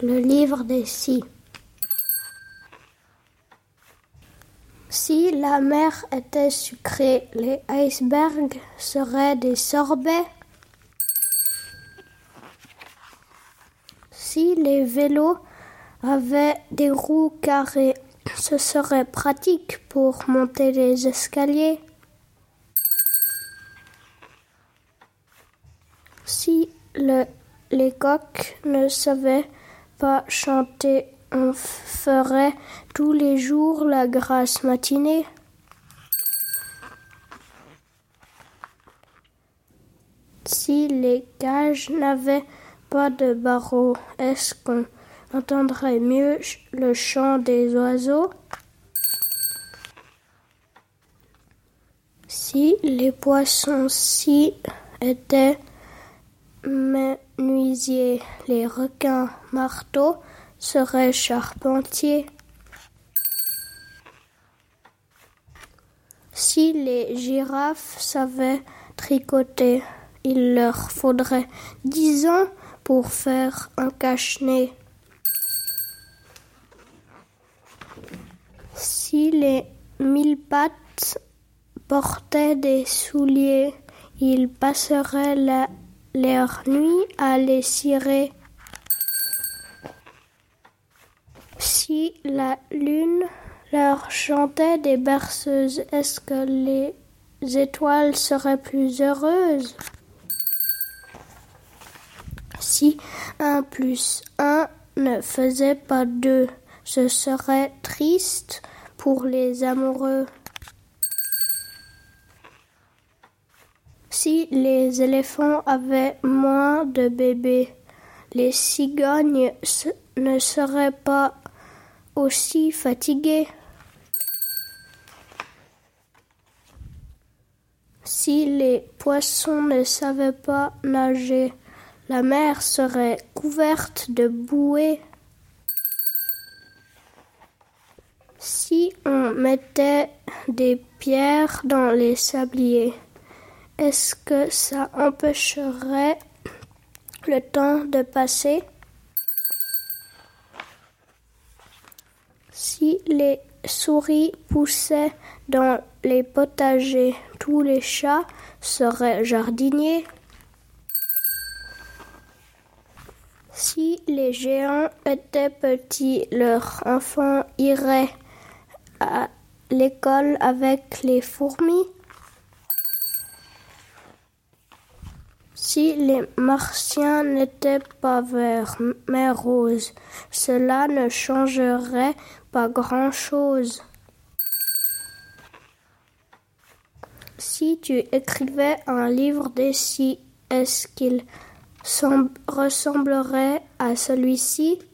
Le livre des si. Si la mer était sucrée, les icebergs seraient des sorbets. Si les vélos avaient des roues carrées, ce serait pratique pour monter les escaliers. Si les coqs ne savaient pas chanter, on ferait tous les jours la grasse matinée. Si les cages n'avaient pas de barreaux, est-ce qu'on entendrait mieux le chant des oiseaux? Si les poissons étaient menuisiers, les requins marteaux seraient charpentiers. Si les girafes savaient tricoter, il leur faudrait 10 ans pour faire un cache-nez. Si les 1000 pattes portaient des souliers, ils passeraient leur nuit à les cirer. Si la lune leur chantait des berceuses, est-ce que les étoiles seraient plus heureuses? Si 1 plus 1 ne faisait pas 2, ce serait triste pour les amoureux. Si les éléphants avaient moins de bébés, les cigognes ne seraient pas aussi fatiguées. Si les poissons ne savaient pas nager, la mer serait couverte de bouées. Si on mettait des pierres dans les sabliers, est-ce que ça empêcherait le temps de passer? Si les souris poussaient dans les potagers, tous les chats seraient jardiniers. Si les géants étaient petits, leurs enfants iraient à l'école avec les fourmis. Si les martiens n'étaient pas verts, mais roses, cela ne changerait pas grand-chose. Si tu écrivais un livre d'essais, est-ce qu'il ressemblerait à celui-ci?